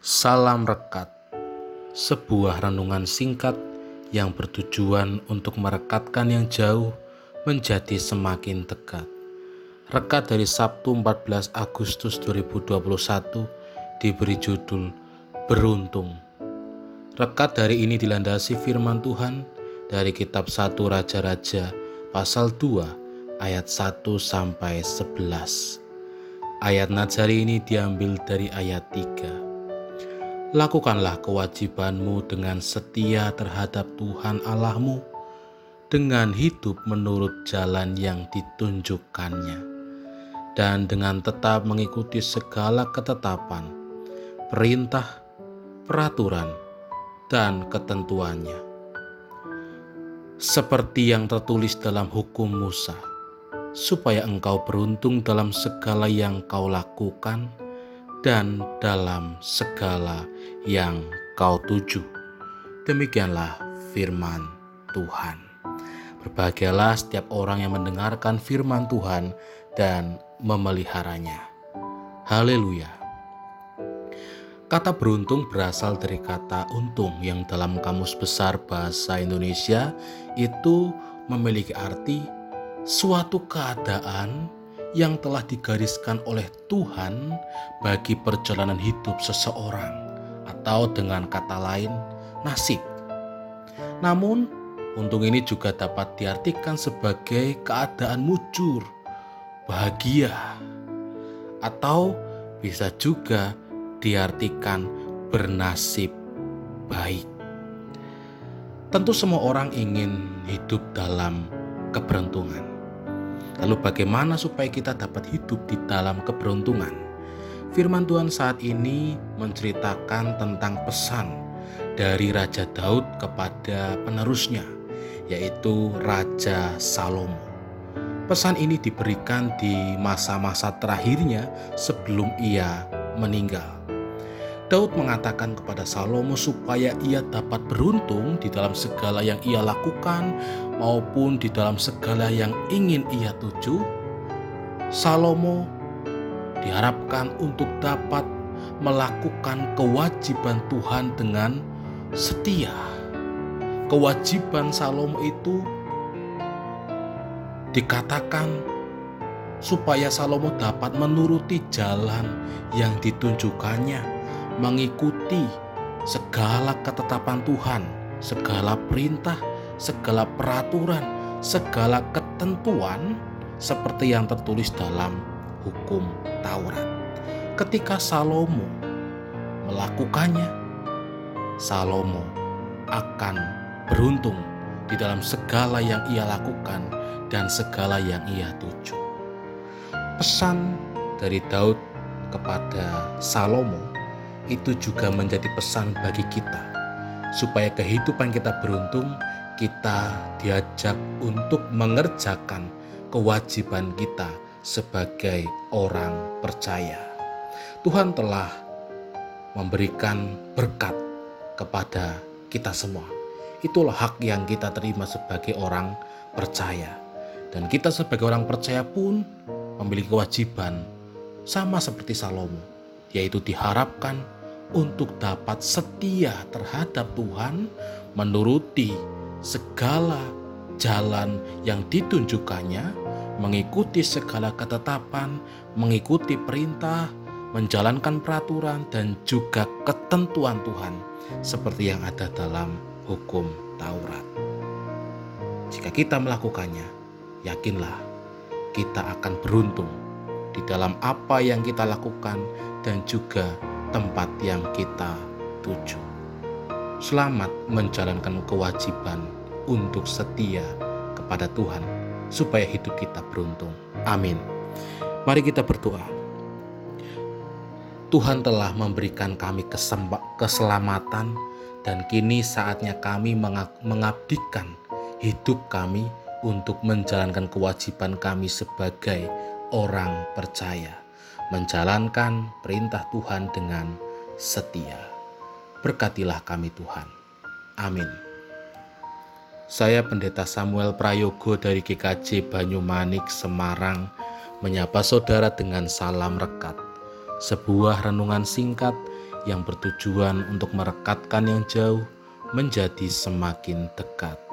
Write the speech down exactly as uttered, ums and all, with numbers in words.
Salam Rekat, sebuah renungan singkat yang bertujuan untuk merekatkan yang jauh menjadi semakin dekat. Rekat dari Sabtu empat belas Agustus dua ribu dua puluh satu diberi judul Beruntung. Rekat dari ini dilandasi firman Tuhan dari kitab satu Raja-Raja pasal dua ayat satu sampai sebelas. Ayat Nazari ini diambil dari ayat tiga. Lakukanlah kewajibanmu dengan setia terhadap Tuhan Allahmu, dengan hidup menurut jalan yang ditunjukkannya, dan dengan tetap mengikuti segala ketetapan, perintah, peraturan, dan ketentuannya. Seperti yang tertulis dalam hukum Musa, supaya engkau beruntung dalam segala yang kau lakukan dan dalam segala yang kau tuju. Demikianlah firman Tuhan. Berbahagialah setiap orang yang mendengarkan firman Tuhan dan memeliharanya. Haleluya. Kata beruntung berasal dari kata untung yang dalam Kamus Besar Bahasa Indonesia itu memiliki arti suatu keadaan yang telah digariskan oleh Tuhan bagi perjalanan hidup seseorang, atau dengan kata lain, nasib. Namun, untung ini juga dapat diartikan sebagai keadaan mujur, bahagia, atau bisa juga diartikan bernasib baik. Tentu semua orang ingin hidup dalam keberuntungan. Lalu bagaimana supaya kita dapat hidup di dalam keberuntungan? Firman Tuhan saat ini menceritakan tentang pesan dari Raja Daud kepada penerusnya, yaitu Raja Salomo. Pesan ini diberikan di masa-masa terakhirnya sebelum ia meninggal. Daud mengatakan kepada Salomo supaya ia dapat beruntung di dalam segala yang ia lakukan maupun di dalam segala yang ingin ia tuju. Salomo diharapkan untuk dapat melakukan kewajiban Tuhan dengan setia. Kewajiban Salomo itu dikatakan supaya Salomo dapat menuruti jalan yang ditunjukkannya, mengikuti segala ketetapan Tuhan, segala perintah, segala peraturan, segala ketentuan seperti yang tertulis dalam hukum Taurat. Ketika Salomo melakukannya, Salomo akan beruntung di dalam segala yang ia lakukan dan segala yang ia tuju. Pesan dari Daud kepada Salomo itu juga menjadi pesan bagi kita, supaya kehidupan kita beruntung. Kita diajak untuk mengerjakan kewajiban kita sebagai orang percaya. Tuhan telah memberikan berkat kepada kita semua. Itulah hak yang kita terima sebagai orang percaya. Dan kita sebagai orang percaya pun memiliki kewajiban sama seperti Salomo, yaitu diharapkan untuk dapat setia terhadap Tuhan, menuruti segala jalan yang ditunjukkannya, mengikuti segala ketetapan, mengikuti perintah, menjalankan peraturan dan juga ketentuan Tuhan seperti yang ada dalam hukum Taurat. Jika kita melakukannya, yakinlah kita akan beruntung di dalam apa yang kita lakukan dan juga tempat yang kita tuju. Selamat menjalankan kewajiban untuk setia kepada Tuhan supaya hidup kita beruntung. Amin. Mari kita berdoa. Tuhan telah memberikan kami keselamatan dan kini saatnya kami mengabdikan hidup kami untuk menjalankan kewajiban kami sebagai orang percaya, menjalankan perintah Tuhan dengan setia. Berkatilah kami Tuhan. Amin. Saya Pendeta Samuel Prayogo dari G K J Banyumanik, Semarang, menyapa saudara dengan salam rekat. Sebuah renungan singkat yang bertujuan untuk merekatkan yang jauh menjadi semakin dekat.